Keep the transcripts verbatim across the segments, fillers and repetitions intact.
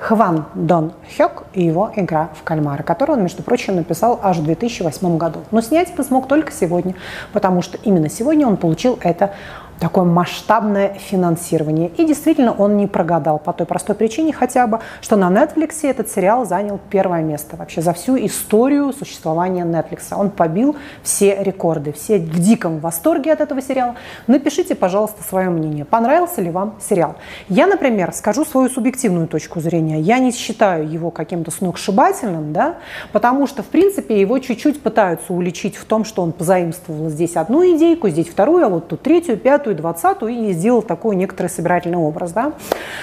Хван Дон Хёк и его «Игра в кальмара», которую он, между прочим, написал аж в две тысячи восьмом году. Но снять бы смог только сегодня, потому что именно сегодня он получил это такое масштабное финансирование. И действительно он не прогадал по той простой причине хотя бы, что на Netflix этот сериал занял первое место вообще за всю историю существования Netflix. Он побил все рекорды, все в диком восторге от этого сериала. Напишите, пожалуйста, свое мнение, понравился ли вам сериал. Я, например, скажу свою субъективную точку зрения. Я не считаю его каким-то сногсшибательным, да, потому что, в принципе, его чуть-чуть пытаются уличить в том, что он позаимствовал здесь одну идейку, здесь вторую, а вот тут третью, пятую, двадцатую и сделал такой некоторый собирательный образ. Да?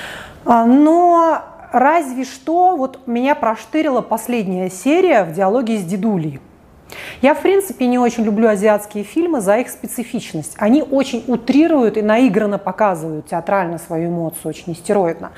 Но разве что вот меня проштырила последняя серия в диалоге с дедулей. Я, в принципе, не очень люблю азиатские фильмы за их специфичность. Они очень утрируют и наигранно показывают театрально свою эмоцию, очень стероидно.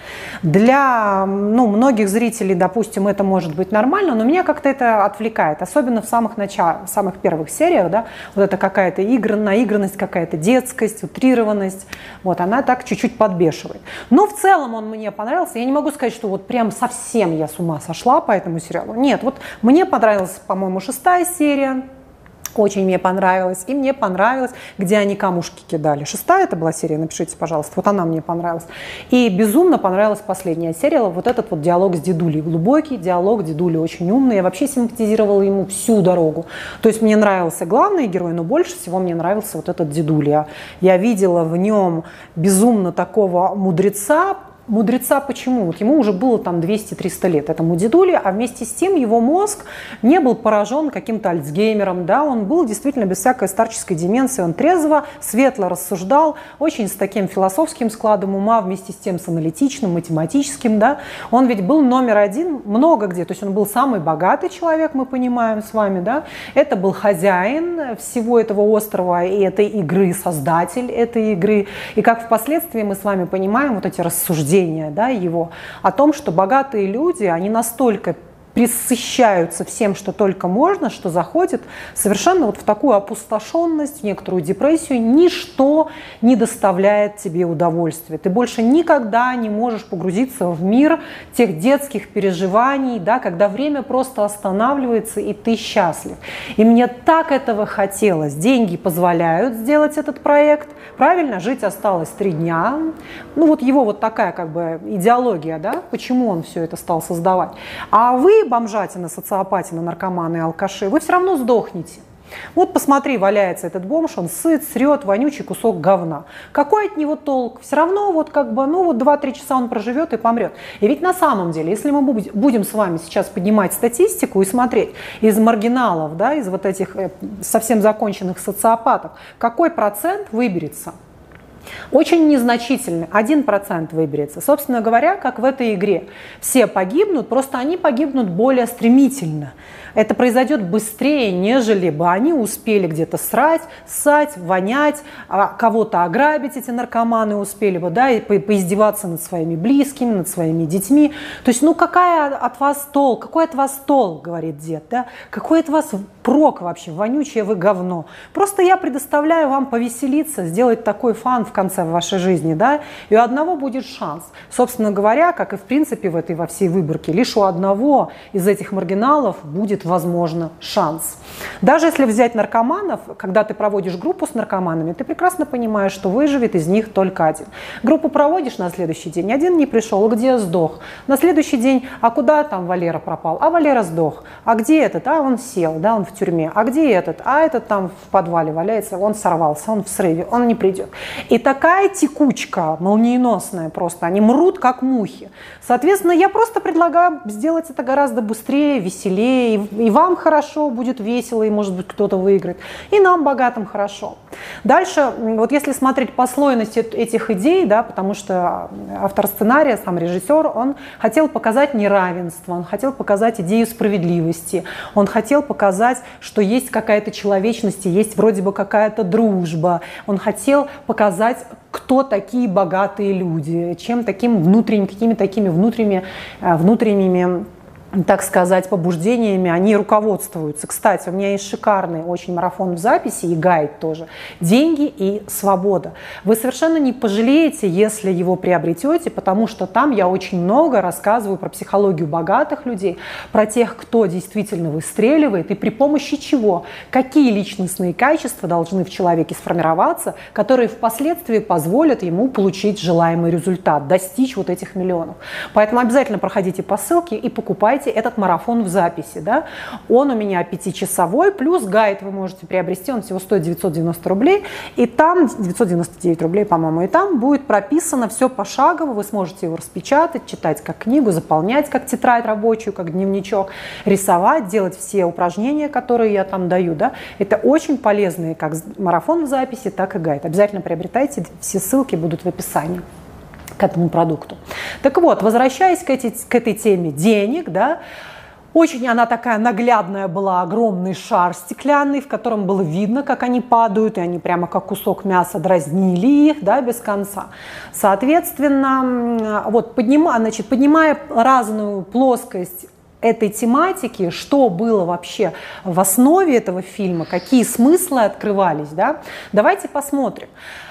Для ну, многих зрителей, допустим, это может быть нормально, но меня как-то это отвлекает. Особенно в самых, началах, в самых первых сериях. Да, вот это какая-то игра, наигранность, какая-то детскость, утрированность. Вот, она так чуть-чуть подбешивает. Но в целом он мне понравился. Я не могу сказать, что вот прям совсем я с ума сошла по этому сериалу. Нет, вот мне понравилась, по-моему, шестая серия. Серия. Очень мне понравилась. И мне понравилось, где они камушки кидали. Шестая это была серия, напишите, пожалуйста. Вот она мне понравилась. И безумно понравилась последняя серия. Вот этот вот диалог с дедулей. Глубокий диалог, дедули очень умный. Я вообще симпатизировала ему всю дорогу. То есть мне нравился главный герой, но больше всего мне нравился вот этот дедуля. Я видела в нем безумно такого мудреца. Мудреца почему? Вот ему уже было там двести-триста лет, этому дедуле, а вместе с тем его мозг не был поражен каким-то альцгеймером, да, он был действительно без всякой старческой деменции, он трезво, светло рассуждал, очень с таким философским складом ума, вместе с тем с аналитичным, математическим, да, он ведь был номер один много где, то есть он был самый богатый человек, мы понимаем с вами, да, это был хозяин всего этого острова и этой игры, создатель этой игры, и как впоследствии мы с вами понимаем, вот эти рассуждения, да, его о том, что богатые люди, они настолько пресыщаются всем, что только можно, что заходят совершенно вот в такую опустошенность, в некоторую депрессию. Ничто не доставляет тебе удовольствия. Ты больше никогда не можешь погрузиться в мир тех детских переживаний, да, когда время просто останавливается, и ты счастлив. И мне так этого хотелось. Деньги позволяют сделать этот проект. Правильно? Жить осталось три дня. Ну вот его вот такая как бы идеология, да, почему он все это стал создавать. А вы, бомжатина, социопатина, наркоманы и алкаши, вы все равно сдохнете. Вот посмотри, валяется этот бомж, он сыт, срет, вонючий кусок говна. Какой от него толк? Все равно вот как бы, ну вот два-три часа он проживет и помрет. И ведь на самом деле, если мы будем с вами сейчас поднимать статистику и смотреть из маргиналов, да, из вот этих совсем законченных социопатов, какой процент выберется? Очень незначительный, один процент выберется. Собственно говоря, как в этой игре. Все погибнут, просто они погибнут более стремительно. Это произойдет быстрее, нежели бы они успели где-то срать, ссать, вонять, кого-то ограбить, эти наркоманы успели бы, да, и по поиздеваться над своими близкими, над своими детьми. То есть, ну какая от вас толк, какой от вас толк, говорит дед, да? Какой от вас прок вообще, вонючее вы говно. Просто я предоставляю вам повеселиться, сделать такой фан в конце вашей жизни, да, и у одного будет шанс. Собственно говоря, как и в принципе в этой во всей выборке, лишь у одного из этих маргиналов будет, возможно, шанс. Даже если взять наркоманов, когда ты проводишь группу с наркоманами, ты прекрасно понимаешь, что выживет из них только один. Группу проводишь на следующий день, один не пришел, где сдох. На следующий день, а куда там Валера пропал? А Валера сдох. А где этот? А он сел, да, он в тюрьме. А где этот? А этот там в подвале валяется, он сорвался, он в срыве, он не придет. И такая текучка молниеносная просто, они мрут как мухи. Соответственно, я просто предлагаю сделать это гораздо быстрее, веселее, и вам хорошо, будет весело, и может быть кто-то выиграет, и нам, богатым, хорошо. Дальше, вот если смотреть послойность этих идей, да, потому что автор сценария, сам режиссер, он хотел показать неравенство, он хотел показать идею справедливости, он хотел показать, что есть какая-то человечность, и есть вроде бы какая-то дружба, он хотел показать, кто такие богатые люди, чем таким внутренним, какими такими внутренними, внутренними так сказать, побуждениями они руководствуются. Кстати, у меня есть шикарный очень марафон в записи и гайд тоже. «Деньги и свобода». Вы совершенно не пожалеете, если его приобретете, потому что там я очень много рассказываю про психологию богатых людей, про тех, кто действительно выстреливает и при помощи чего, какие личностные качества должны в человеке сформироваться, которые впоследствии позволят ему получить желаемый результат, достичь вот этих миллионов. Поэтому обязательно проходите по ссылке и покупайте этот марафон в записи. Да? Он у меня пятичасовой, плюс гайд вы можете приобрести, он всего стоит девятьсот девяносто рублей, и там, девятьсот девяносто девять рублей, по-моему, и там будет прописано все пошагово, вы сможете его распечатать, читать как книгу, заполнять как тетрадь рабочую, как дневничок, рисовать, делать все упражнения, которые я там даю. Да? Это очень полезные как марафон в записи, так и гайд. Обязательно приобретайте, все ссылки будут в описании к этому продукту. Так вот, возвращаясь к, эти, к этой теме денег, да, очень она такая наглядная была, огромный шар стеклянный, в котором было видно, как они падают, и они прямо как кусок мяса дразнили их, да, без конца. Соответственно, вот, поднима, значит, поднимая разную плоскость этой тематики, что было вообще в основе этого фильма, какие смыслы открывались, да, давайте посмотрим.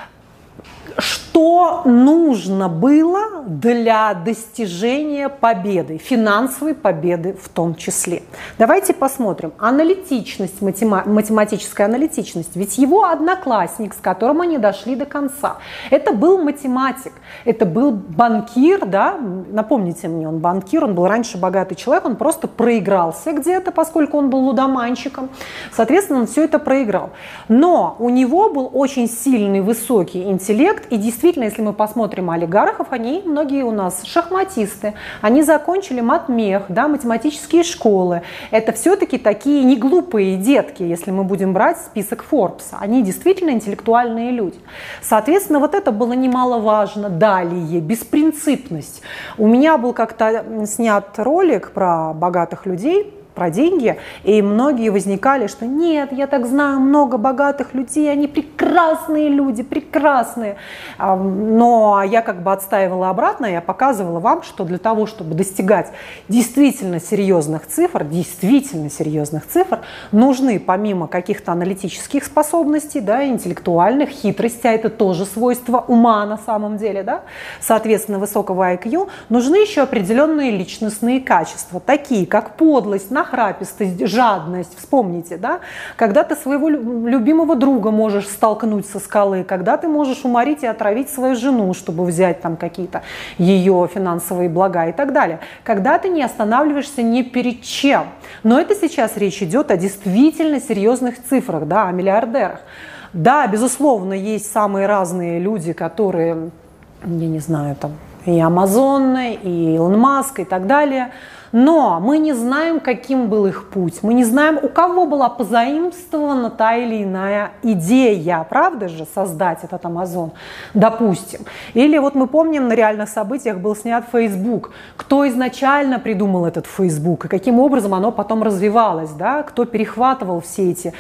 Что нужно было для достижения победы, финансовой победы в том числе? Давайте посмотрим. Аналитичность, матема- математическая аналитичность. Ведь его одноклассник, с которым они дошли до конца, это был математик, это был банкир, да? Напомните мне, он банкир, он был раньше богатый человек, он просто проигрался где-то, поскольку он был лудоманщиком. Соответственно, он все это проиграл. Но у него был очень сильный, высокий интеллект. И действительно, если мы посмотрим олигархов, они, многие у нас шахматисты, они закончили матмех, да, математические школы. Это все-таки такие неглупые детки, если мы будем брать список Форбса. Они действительно интеллектуальные люди. Соответственно, вот это было немаловажно. Далее, беспринципность. У меня был как-то снят ролик про богатых людей, про деньги, и многие возникали, что нет, я так знаю много богатых людей, они прекрасные люди, прекрасные. Но я как бы отстаивала обратно, я показывала вам, что для того, чтобы достигать действительно серьезных цифр, действительно серьезных цифр, нужны помимо каких-то аналитических способностей, да, интеллектуальных, хитрости, а это тоже свойство ума на самом деле, да, соответственно, высокого ай кью, нужны еще определенные личностные качества, такие как подлость, нахрапистость, жадность. Вспомните, да? Когда ты своего любимого друга можешь столкнуть со скалы, когда ты можешь уморить и отравить свою жену, чтобы взять там какие-то ее финансовые блага и так далее. Когда ты не останавливаешься ни перед чем. Но это сейчас речь идет о действительно серьезных цифрах, да, о миллиардерах. Да, безусловно, есть самые разные люди, которые, я не знаю, там и Амазон, и Илон Маск и так далее. Но мы не знаем, каким был их путь. Мы не знаем, у кого была позаимствована та или иная идея, правда же, создать этот Амазон, допустим. Или вот мы помним, на реальных событиях был снят Facebook. Кто изначально придумал этот Facebook и каким образом оно потом развивалось, да? Кто перехватывал все эти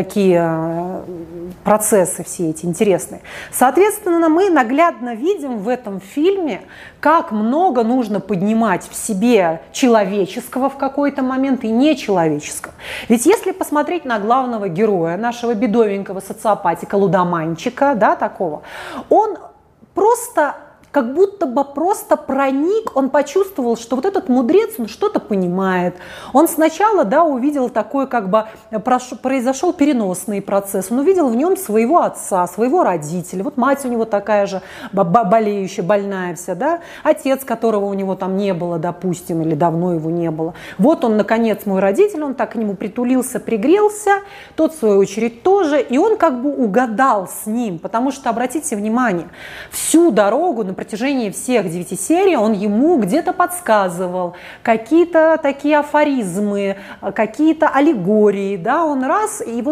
такие процессы, все эти интересные. Соответственно, мы наглядно видим в этом фильме, как много нужно поднимать в себе человеческого в какой-то момент и нечеловеческого. Ведь если посмотреть на главного героя, нашего бедовенького социопатика, лудоманчика, да, такого, он просто как будто бы просто проник, он почувствовал, что вот этот мудрец, он что-то понимает. Он сначала, да, увидел такой, как бы произошел переносный процесс. Он увидел в нем своего отца, своего родителя. Вот мать у него такая же болеющая, больная вся, да. Отец, которого у него там не было, допустим, или давно его не было. Вот он, наконец, мой родитель, он так к нему притулился, пригрелся, тот, в свою очередь, тоже. И он как бы угадал с ним, потому что, обратите внимание, всю дорогу на протяжении всех девяти серий он ему где-то подсказывал какие-то такие афоризмы, какие-то аллегории, да, он раз, и вот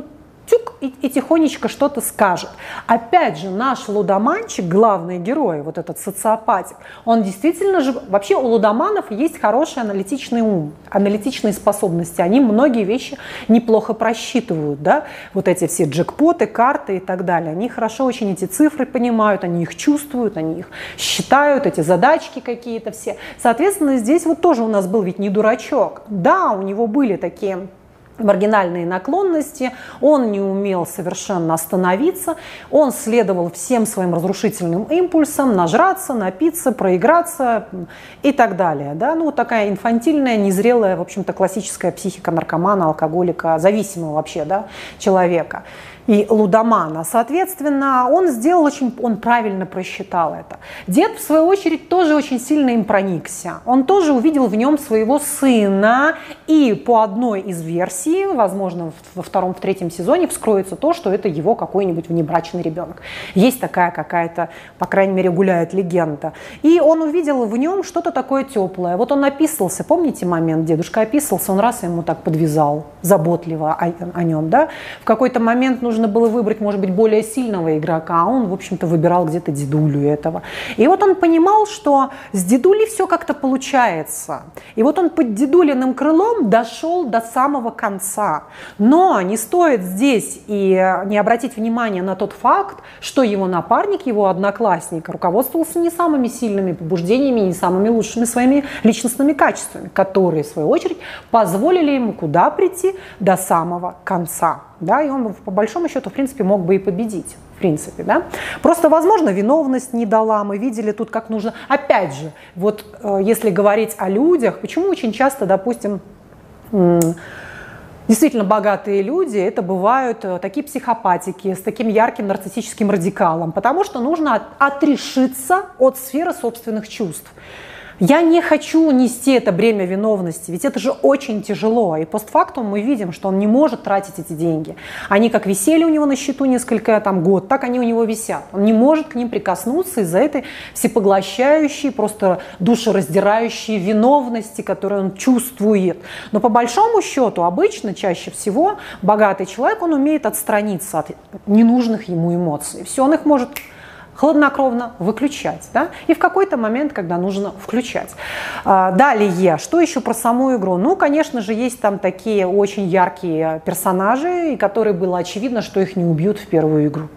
тюк, и, и тихонечко что-то скажет. Опять же, наш лудоманчик, главный герой, вот этот социопатик, он действительно же... Вообще у лудоманов есть хороший аналитичный ум, аналитичные способности. Они многие вещи неплохо просчитывают, да? Вот эти все джекпоты, карты и так далее. Они хорошо очень эти цифры понимают, они их чувствуют, они их считают, эти задачки какие-то все. Соответственно, здесь вот тоже у нас был ведь не дурачок. Да, у него были такие... маргинальные наклонности, он не умел совершенно остановиться, он следовал всем своим разрушительным импульсам, нажраться, напиться, проиграться и так далее. Да? Ну, вот такая инфантильная, незрелая, в общем-то, классическая психика наркомана, алкоголика, зависимого вообще, да, человека. И лудомана. Соответственно, он сделал очень, он правильно просчитал это. Дед, в свою очередь, тоже очень сильно им проникся. Он тоже увидел в нем своего сына, и по одной из версий, возможно, во втором, в третьем сезоне вскроется то, что это его какой-нибудь внебрачный ребенок. Есть такая какая-то, по крайней мере, гуляет легенда. И он увидел в нем что-то такое теплое. Вот он описывался, помните момент, дедушка описывался, он раз ему так подвязал, заботливо о, о нем, да? В какой-то момент нужно Нужно было выбрать, может быть, более сильного игрока, а он, в общем-то, выбирал где-то дедулю этого. И вот он понимал, что с дедулей все как-то получается. И вот он под дедулиным крылом дошел до самого конца. Но не стоит здесь и не обратить внимания на тот факт, что его напарник, его одноклассник, руководствовался не самыми сильными побуждениями, не самыми лучшими своими личностными качествами, которые, в свою очередь, позволили ему куда прийти до самого конца. Да, и он, по большому счету, в принципе, мог бы и победить. В принципе, да. Просто, возможно, виновность не дала. Мы видели тут, как нужно. Опять же, вот э, если говорить о людях, почему очень часто, допустим, э, действительно богатые люди, это бывают э, такие психопатики с таким ярким нарциссическим радикалом, потому что нужно от, отрешиться от сферы собственных чувств. Я не хочу нести это бремя виновности, ведь это же очень тяжело. И постфактум мы видим, что он не может тратить эти деньги. Они как висели у него на счету несколько там, год, так они у него висят. Он не может к ним прикоснуться из-за этой всепоглощающей, просто душераздирающей виновности, которую он чувствует. Но по большому счету, обычно, чаще всего, богатый человек, он умеет отстраниться от ненужных ему эмоций. Все, он их может... хладнокровно выключать, да, и в какой-то момент, когда нужно включать. Далее, что еще про саму игру? Ну, конечно же, есть там такие очень яркие персонажи, которые было очевидно, что их не убьют в первую игру.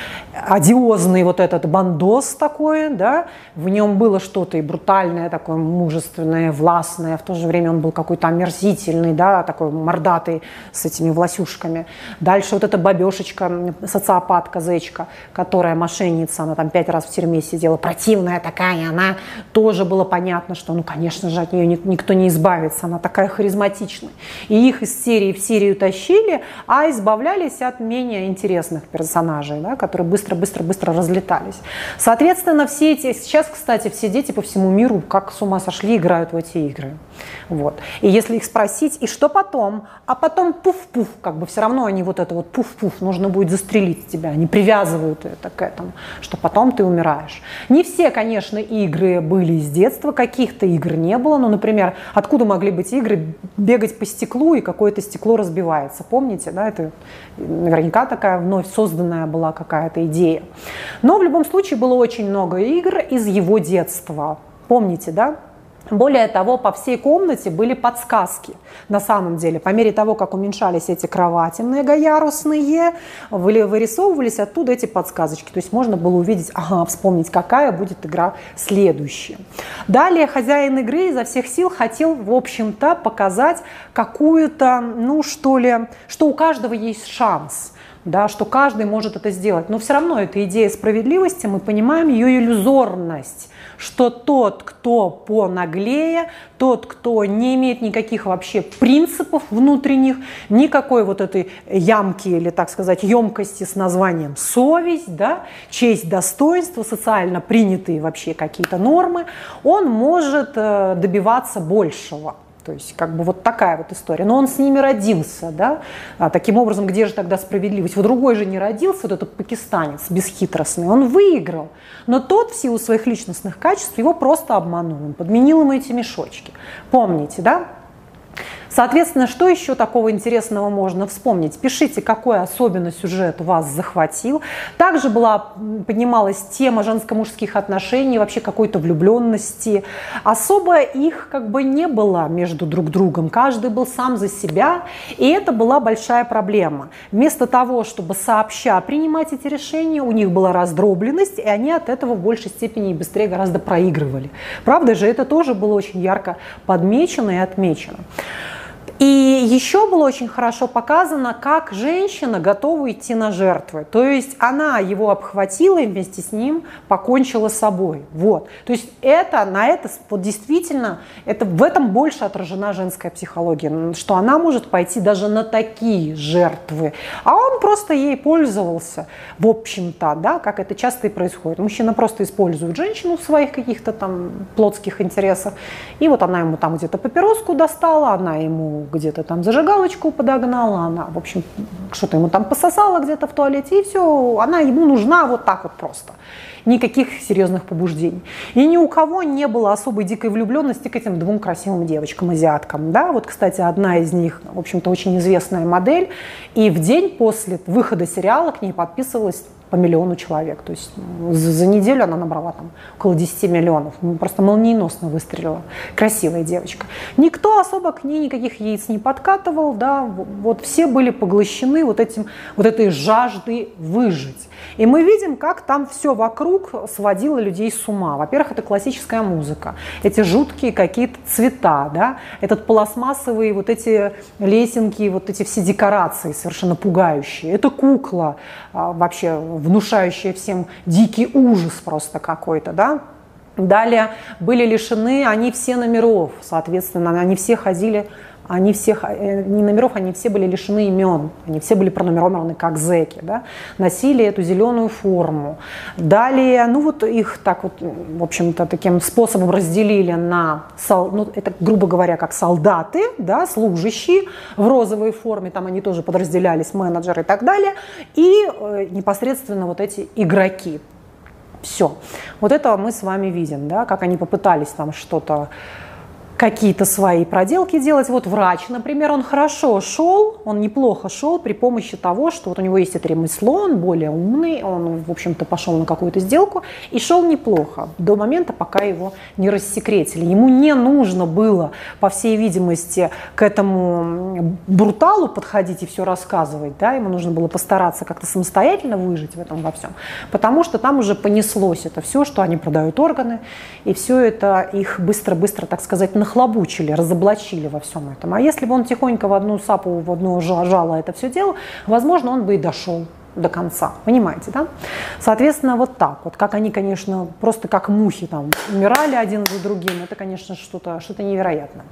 Одиозный вот этот бандос такой, да, в нем было что-то и брутальное, такое мужественное, властное, в то же время он был какой-то омерзительный, да, такой мордатый с этими власюшками. Дальше вот эта бабешечка, социопатка, зечка, которая мошенница, она там пять раз в тюрьме сидела, противная такая, она тоже было понятно, что, ну, конечно же, от нее никто не избавится, она такая харизматичная. И их из серии в серию тащили, а избавлялись от менее интересных персонажей, да, которые быстро быстро-быстро разлетались. Соответственно, все эти... Сейчас, кстати, все дети по всему миру, как с ума сошли, играют в эти игры. Вот. И если их спросить, и что потом? А потом пуф-пуф, как бы все равно они вот это вот пуф-пуф, нужно будет застрелить тебя. Они привязывают это к этому, что потом ты умираешь. Не все, конечно, игры были из детства, каких-то игр не было. Ну, например, откуда могли быть игры бегать по стеклу, и какое-то стекло разбивается? Помните, да? Это наверняка такая вновь созданная была какая-то идея. идея. Но в любом случае было очень много игр из его детства. Помните, да? Более того, по всей комнате были подсказки. На самом деле, по мере того, как уменьшались эти кровати многоярусные, вырисовывались оттуда эти подсказочки. То есть можно было увидеть, ага, вспомнить, какая будет игра следующая. Далее хозяин игры изо всех сил хотел, в общем-то, показать какую-то, ну что ли, что у каждого есть шанс. Да, что каждый может это сделать. Но все равно это идея справедливости, мы понимаем ее иллюзорность, что тот, кто понаглее, тот, кто не имеет никаких вообще принципов внутренних, никакой вот этой ямки или, так сказать, емкости с названием совесть, да, честь, достоинство, социально принятые вообще какие-то нормы, он может добиваться большего. То есть как бы вот такая вот история. Но он с ними родился, да? А таким образом, где же тогда справедливость? Вот другой же не родился, вот этот пакистанец бесхитростный, он выиграл. Но тот в силу своих личностных качеств его просто обманул, он подменил ему эти мешочки. Помните, да? Соответственно, что еще такого интересного можно вспомнить? Пишите, какой особенно сюжет вас захватил. Также была, поднималась тема женско-мужских отношений, вообще какой-то влюбленности. Особо их как бы не было между друг другом. Каждый был сам за себя, и это была большая проблема. Вместо того, чтобы сообща принимать эти решения, у них была раздробленность, и они от этого в большей степени и быстрее гораздо проигрывали. Правда же, это тоже было очень ярко подмечено и отмечено. И еще было очень хорошо показано, как женщина готова идти на жертвы. То есть она его обхватила и вместе с ним покончила с собой. Вот. То есть это, на это вот действительно, это, в этом больше отражена женская психология, что она может пойти даже на такие жертвы. А он просто ей пользовался, в общем-то, да, как это часто и происходит. Мужчина просто использует женщину в своих каких-то там плотских интересах. И вот она ему там где-то папироску достала, она ему где-то там зажигалочку подогнала, она, в общем, что-то ему там пососала где-то в туалете, и все, она ему нужна вот так вот просто. Никаких серьезных побуждений. И ни у кого не было особой дикой влюбленности к этим двум красивым девочкам-азиаткам. Да? Вот, кстати, одна из них, в общем-то, очень известная модель, и в день после выхода сериала к ней подписывалась по миллиону человек. То есть за неделю она набрала там около десяти миллионов. Просто молниеносно выстрелила. Красивая девочка. Никто особо к ней никаких яиц не подкатывал. Да? Вот все были поглощены вот, этим, вот этой жаждой выжить. И мы видим, как там все вокруг сводило людей с ума. Во-первых, это классическая музыка. Эти жуткие какие-то цвета. Да? Этот пластмассовые вот эти лесенки, вот эти все декорации совершенно пугающие. Это кукла вообще внушающая всем дикий ужас просто какой-то, да. Далее были лишены они все номеров, соответственно, они все ходили, они всех, не номеров, они все были лишены имен, они все были пронумерованы как зэки, да, носили эту зеленую форму. Далее, ну вот их так вот, в общем-то, таким способом разделили на, ну, это, грубо говоря, как солдаты, да, служащие в розовой форме, там они тоже подразделялись, менеджеры и так далее, и э, непосредственно вот эти игроки. Все. Вот это мы с вами видим, да, как они попытались там что-то, какие-то свои проделки делать. Вот врач, например, он хорошо шел, он неплохо шел при помощи того, что вот у него есть это ремесло, он более умный, он, в общем-то, пошел на какую-то сделку и шел неплохо до момента, пока его не рассекретили. Ему не нужно было, по всей видимости, к этому бруталу подходить и все рассказывать, да, ему нужно было постараться как-то самостоятельно выжить в этом во всем, потому что там уже понеслось это все, что они продают органы, и все это их быстро-быстро, так сказать, нахлобучили, разоблачили во всем этом. А если бы он тихонько в одну сапу, в одно жало это все делал, возможно, он бы и дошел до конца. Понимаете, да? Соответственно, вот так вот. Как они, конечно, просто как мухи там умирали один за другим, это, конечно, что-то что-то невероятное.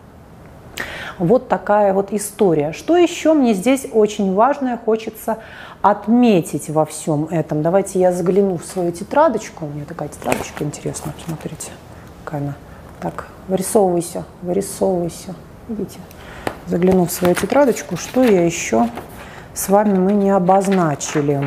Вот такая вот история. Что еще мне здесь очень важное хочется отметить во всем этом? Давайте я загляну в свою тетрадочку. У меня такая тетрадочка интересная, посмотрите, какая она. Так, вырисовывайся, вырисовывайся. Видите, загляну в свою тетрадочку, что я еще с вами мы не обозначили.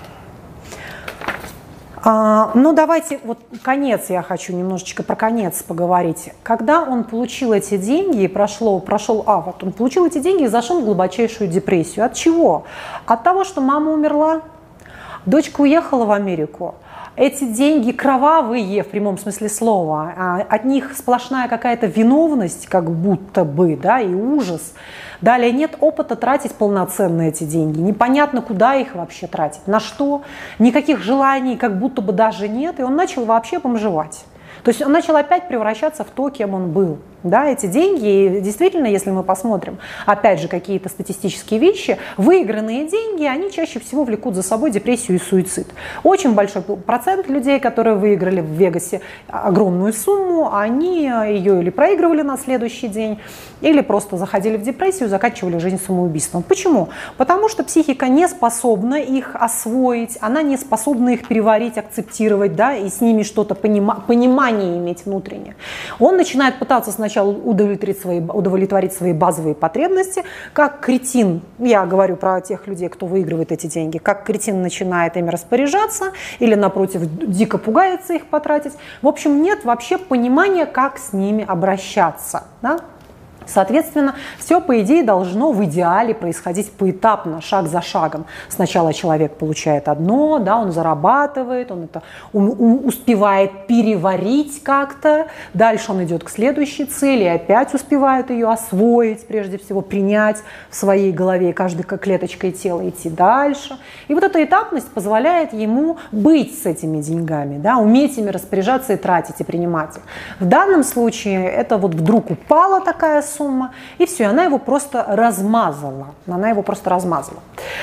А, ну, давайте, вот конец я хочу немножечко про конец поговорить. Когда он получил эти деньги и прошло, прошел, а, вот он получил эти деньги и зашел в глубочайшую депрессию. От чего? От того, что мама умерла, дочка уехала в Америку. Эти деньги кровавые, в прямом смысле слова, от них сплошная какая-то виновность, как будто бы, да, и ужас. Далее нет опыта тратить полноценно эти деньги, непонятно, куда их вообще тратить, на что, никаких желаний как будто бы даже нет, и он начал вообще бомжевать. То есть он начал опять превращаться в то, кем он был. Да, эти деньги, и действительно, если мы посмотрим, опять же, какие-то статистические вещи, выигранные деньги, они чаще всего влекут за собой депрессию и суицид. Очень большой процент людей, которые выиграли в Вегасе огромную сумму, они ее или проигрывали на следующий день, или просто заходили в депрессию, заканчивали жизнь самоубийством. Почему? Потому что психика не способна их освоить, она не способна их переварить, акцептировать, да, и с ними что-то понима- понимание иметь внутреннее. Он начинает пытаться сначала удовлетворить свои, удовлетворить свои базовые потребности, как кретин, я говорю про тех людей, кто выигрывает эти деньги, как кретин начинает ими распоряжаться или, напротив, дико пугается их потратить. В общем, нет вообще понимания, как с ними обращаться. Да? Соответственно, все, по идее, должно в идеале происходить поэтапно, шаг за шагом. Сначала человек получает одно, да, он зарабатывает, он это успевает переварить как-то, дальше он идет к следующей цели, и опять успевает ее освоить, прежде всего принять в своей голове, каждой клеточкой тела идти дальше. И вот эта этапность позволяет ему быть с этими деньгами, да, уметь ими распоряжаться и тратить, и принимать их. В данном случае это вот вдруг упала такая сумма, сумма, и все, она его просто размазала. Она его просто размазала.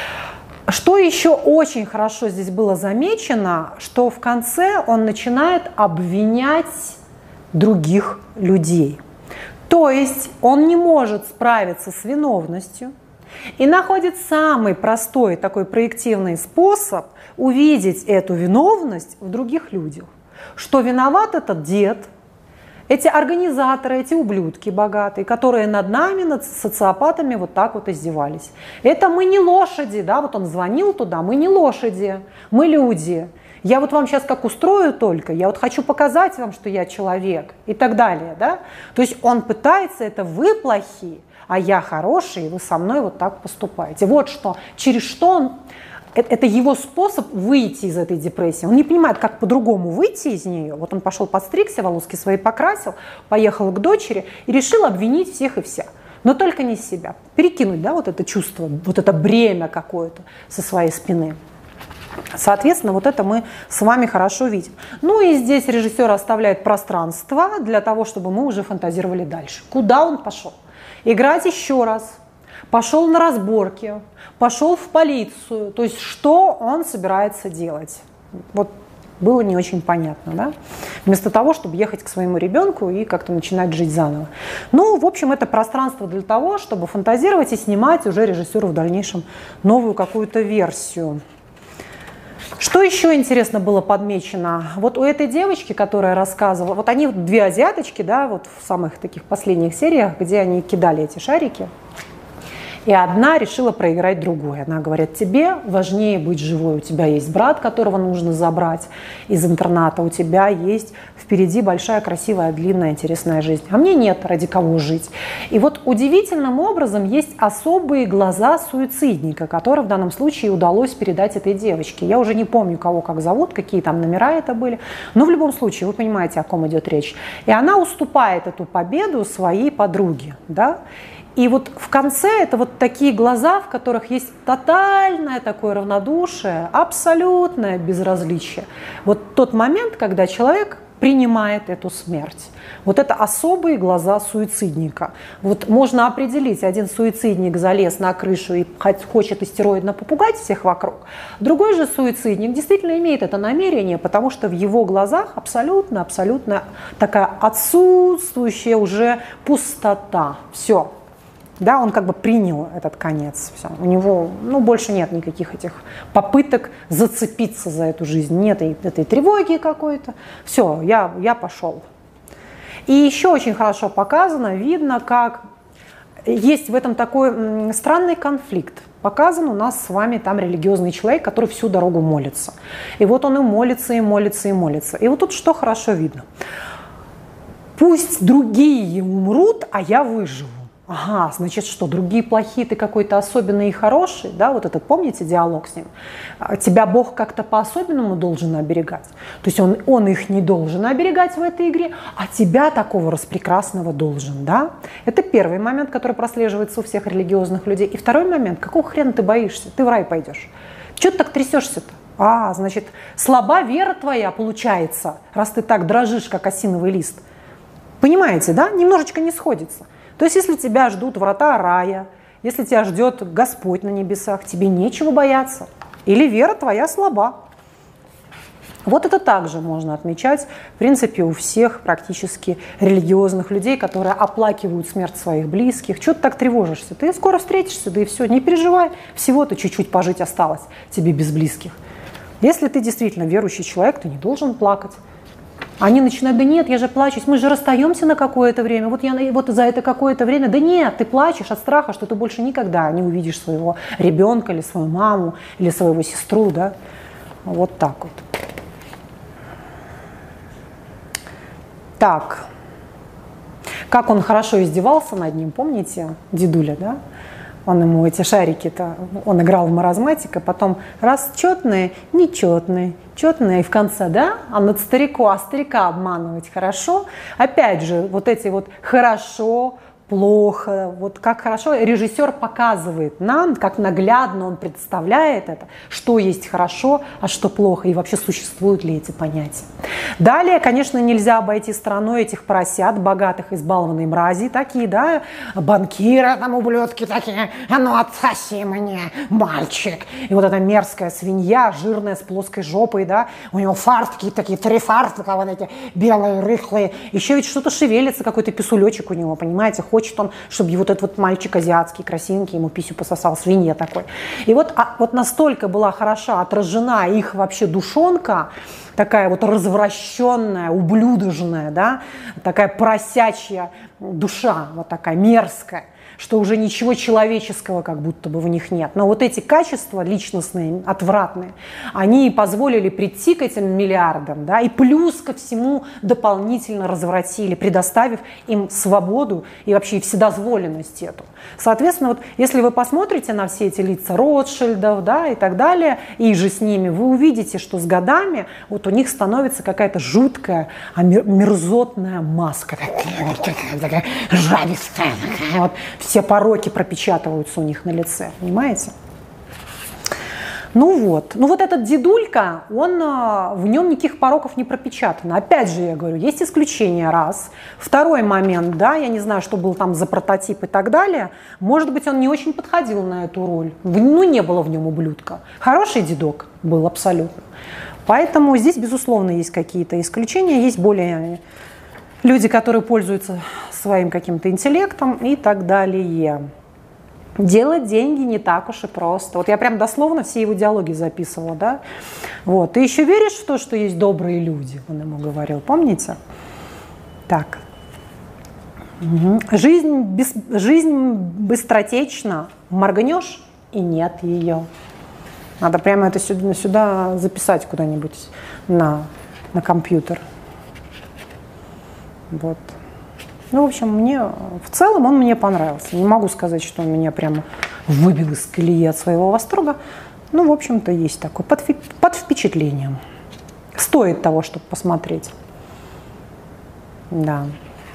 Что еще очень хорошо здесь было замечено, что в конце он начинает обвинять других людей. То есть он не может справиться с виновностью и находит самый простой такой проективный способ увидеть эту виновность в других людях. Что виноват этот дед, эти организаторы, эти ублюдки богатые, которые над нами, над социопатами вот так вот издевались. Это мы не лошади, да, вот он звонил туда, мы не лошади, мы люди. Я вот вам сейчас как устрою только, я вот хочу показать вам, что я человек и так далее, да. То есть он пытается, это вы плохие, а я хороший, и вы со мной вот так поступаете. Вот что, через что он... Это его способ выйти из этой депрессии. Он не понимает, как по-другому выйти из нее. Вот он пошел подстригся, волоски свои покрасил, поехал к дочери и решил обвинить всех и вся. Но только не себя. Перекинуть, да, вот это чувство, вот это бремя какое-то со своей спины. Соответственно, вот это мы с вами хорошо видим. Ну и здесь режиссер оставляет пространство для того, чтобы мы уже фантазировали дальше. Куда он пошел? Играть еще раз. Пошел на разборки, пошел в полицию. То есть что он собирается делать? Вот было не очень понятно, да? Вместо того, чтобы ехать к своему ребенку и как-то начинать жить заново. Ну, в общем, это пространство для того, чтобы фантазировать и снимать уже режиссеру в дальнейшем новую какую-то версию. Что еще интересно было подмечено? Вот у этой девочки, которая рассказывала, вот они две азиаточки, да, вот в самых таких последних сериях, где они кидали эти шарики, и одна решила проиграть другой. Она говорит, тебе важнее быть живой. У тебя есть брат, которого нужно забрать из интерната. У тебя есть впереди большая, красивая, длинная, интересная жизнь. А мне нет, ради кого жить. И вот удивительным образом есть особые глаза суицидника, которые в данном случае удалось передать этой девочке. Я уже не помню, кого как зовут, какие там номера это были. Но в любом случае, вы понимаете, о ком идет речь. И она уступает эту победу своей подруге. Да? И вот в конце это вот такие глаза, в которых есть тотальное такое равнодушие, абсолютное безразличие. Вот тот момент, когда человек принимает эту смерть. Вот это особые глаза суицидника. Вот можно определить, один суицидник залез на крышу и хочет истероидно попугать всех вокруг. Другой же суицидник действительно имеет это намерение, потому что в его глазах абсолютно-абсолютно такая отсутствующая уже пустота. Все. Да, он как бы принял этот конец. Все. У него ну, больше нет никаких этих попыток зацепиться за эту жизнь. Нет этой тревоги какой-то. Все, я, я пошел. И еще очень хорошо показано, видно, как есть в этом такой странный конфликт. Показан у нас с вами там религиозный человек, который всю дорогу молится. И вот он и молится, и молится, и молится. И вот тут что хорошо видно. Пусть другие умрут, а я выживу. Ага, значит, что, другие плохие, ты какой-то особенный и хороший, да, вот этот, помните диалог с ним? Тебя Бог как-то по-особенному должен оберегать. То есть он, он их не должен оберегать в этой игре, а тебя такого распрекрасного должен, да? Это первый момент, который прослеживается у всех религиозных людей. И второй момент, какого хрена ты боишься? Ты в рай пойдешь. Чего ты так трясешься-то? А, значит, слаба вера твоя получается, раз ты так дрожишь, как осиновый лист. Понимаете, да? Немножечко не сходится. То есть, если тебя ждут врата рая, если тебя ждет Господь на небесах, тебе нечего бояться. Или вера твоя слаба. Вот это также можно отмечать, в принципе, у всех практически религиозных людей, которые оплакивают смерть своих близких. Чего ты так тревожишься? Ты скоро встретишься, да и все, не переживай. Всего-то чуть-чуть пожить осталось тебе без близких. Если ты действительно верующий человек, ты не должен плакать. Они начинают, да нет, я же плачусь, мы же расстаемся на какое-то время, вот, я, вот за это какое-то время, да нет, ты плачешь от страха, что ты больше никогда не увидишь своего ребенка или свою маму, или свою сестру, да, вот так вот. Так, Как он хорошо издевался над ним, помните, дедуля, да? Он ему эти шарики-то, он играл в маразматика, потом раз четные, нечетные, четные, и в конце, да, а над старику, а старика обманывать хорошо. Опять же, вот эти вот хорошо, плохо, вот как хорошо режиссер показывает нам, как наглядно он представляет это, что есть хорошо, а что плохо, и вообще существуют ли эти понятия. Далее, конечно, нельзя обойти стороной этих поросят, богатых, избалованных мразей, такие, да, банкиры, там ублюдки такие, а ну отсоси мне, мальчик. И вот эта мерзкая свинья, жирная, с плоской жопой, да, у него фартки такие, три фартука, вот эти белые, рыхлые, еще ведь что-то шевелится, какой-то писулечек у него, понимаете, хочет он, чтобы вот этот вот мальчик азиатский, красивенький, ему писю пососал, свинья такой. И вот, а, вот настолько была хороша отражена их вообще душонка, такая вот развращенная, ублюдожная, да, такая поросячья душа, вот такая мерзкая, что уже ничего человеческого как будто бы в них нет. Но вот эти качества личностные, отвратные, они позволили прийти к этим миллиардам, да, и плюс ко всему дополнительно развратили, предоставив им свободу и вообще вседозволенность эту. Соответственно, вот если вы посмотрите на все эти лица Ротшильдов, да, и так далее, и же с ними, вы увидите, что с годами вот у них становится какая-то жуткая, мерзотная маска, такая жабистая, такая вот. Все пороки пропечатываются у них на лице, понимаете? Ну вот, ну вот этот дедулька, он, в нем никаких пороков не пропечатано. Опять же, я говорю, есть исключения, раз. Второй момент, да, я не знаю, что был там за прототип и так далее. Может быть, он не очень подходил на эту роль. Ну, не было в нем ублюдка. Хороший дедок был абсолютно. Поэтому здесь, безусловно, есть какие-то исключения, есть более... люди, которые пользуются своим каким-то интеллектом и так далее. Делать деньги не так уж и просто. Вот я прям дословно все его диалоги записывала, да. Вот. Ты еще веришь в то, что есть добрые люди? Он ему говорил, помните? Так. Угу. Жизнь, без, жизнь быстротечна. Моргнешь, и нет ее. Надо прямо это сюда, сюда записать куда-нибудь на, на компьютер. Вот. Ну, в общем, мне в целом он мне понравился. Не могу сказать, что он меня прямо выбил из колеи от своего восторга. Ну, в общем-то, есть такой под, под впечатлением. Стоит того, чтобы посмотреть. Да.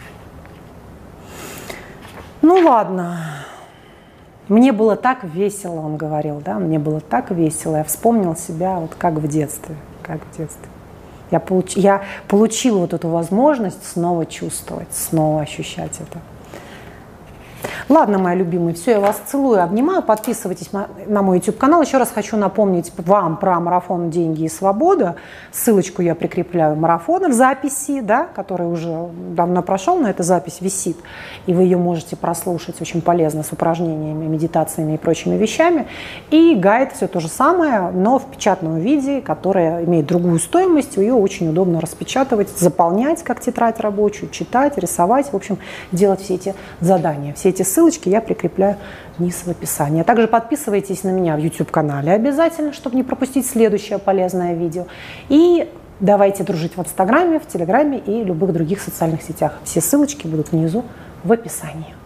Ну, ладно. Мне было так весело, он говорил, да, мне было так весело. Я вспомнил себя вот как в детстве, как в детстве. Я, получ, я получила вот эту возможность снова чувствовать, снова ощущать это. Ладно, мои любимые, все, я вас целую, обнимаю. Подписывайтесь на мой YouTube-канал. Еще раз хочу напомнить вам про марафон «Деньги и свобода». Ссылочку я прикрепляю марафона в записи, да, который уже давно прошел, но эта запись висит. И вы ее можете прослушать, очень полезно, с упражнениями, медитациями и прочими вещами. И гайд все то же самое, но в печатном виде, которое имеет другую стоимость. Ее очень удобно распечатывать, заполнять как тетрадь рабочую, читать, рисовать, в общем, делать все эти задания. Все эти ссылочки я прикрепляю вниз в описании. А также подписывайтесь на меня в YouTube-канале обязательно, чтобы не пропустить следующее полезное видео. И давайте дружить в Инстаграме, в Телеграме и любых других социальных сетях. Все ссылочки будут внизу в описании.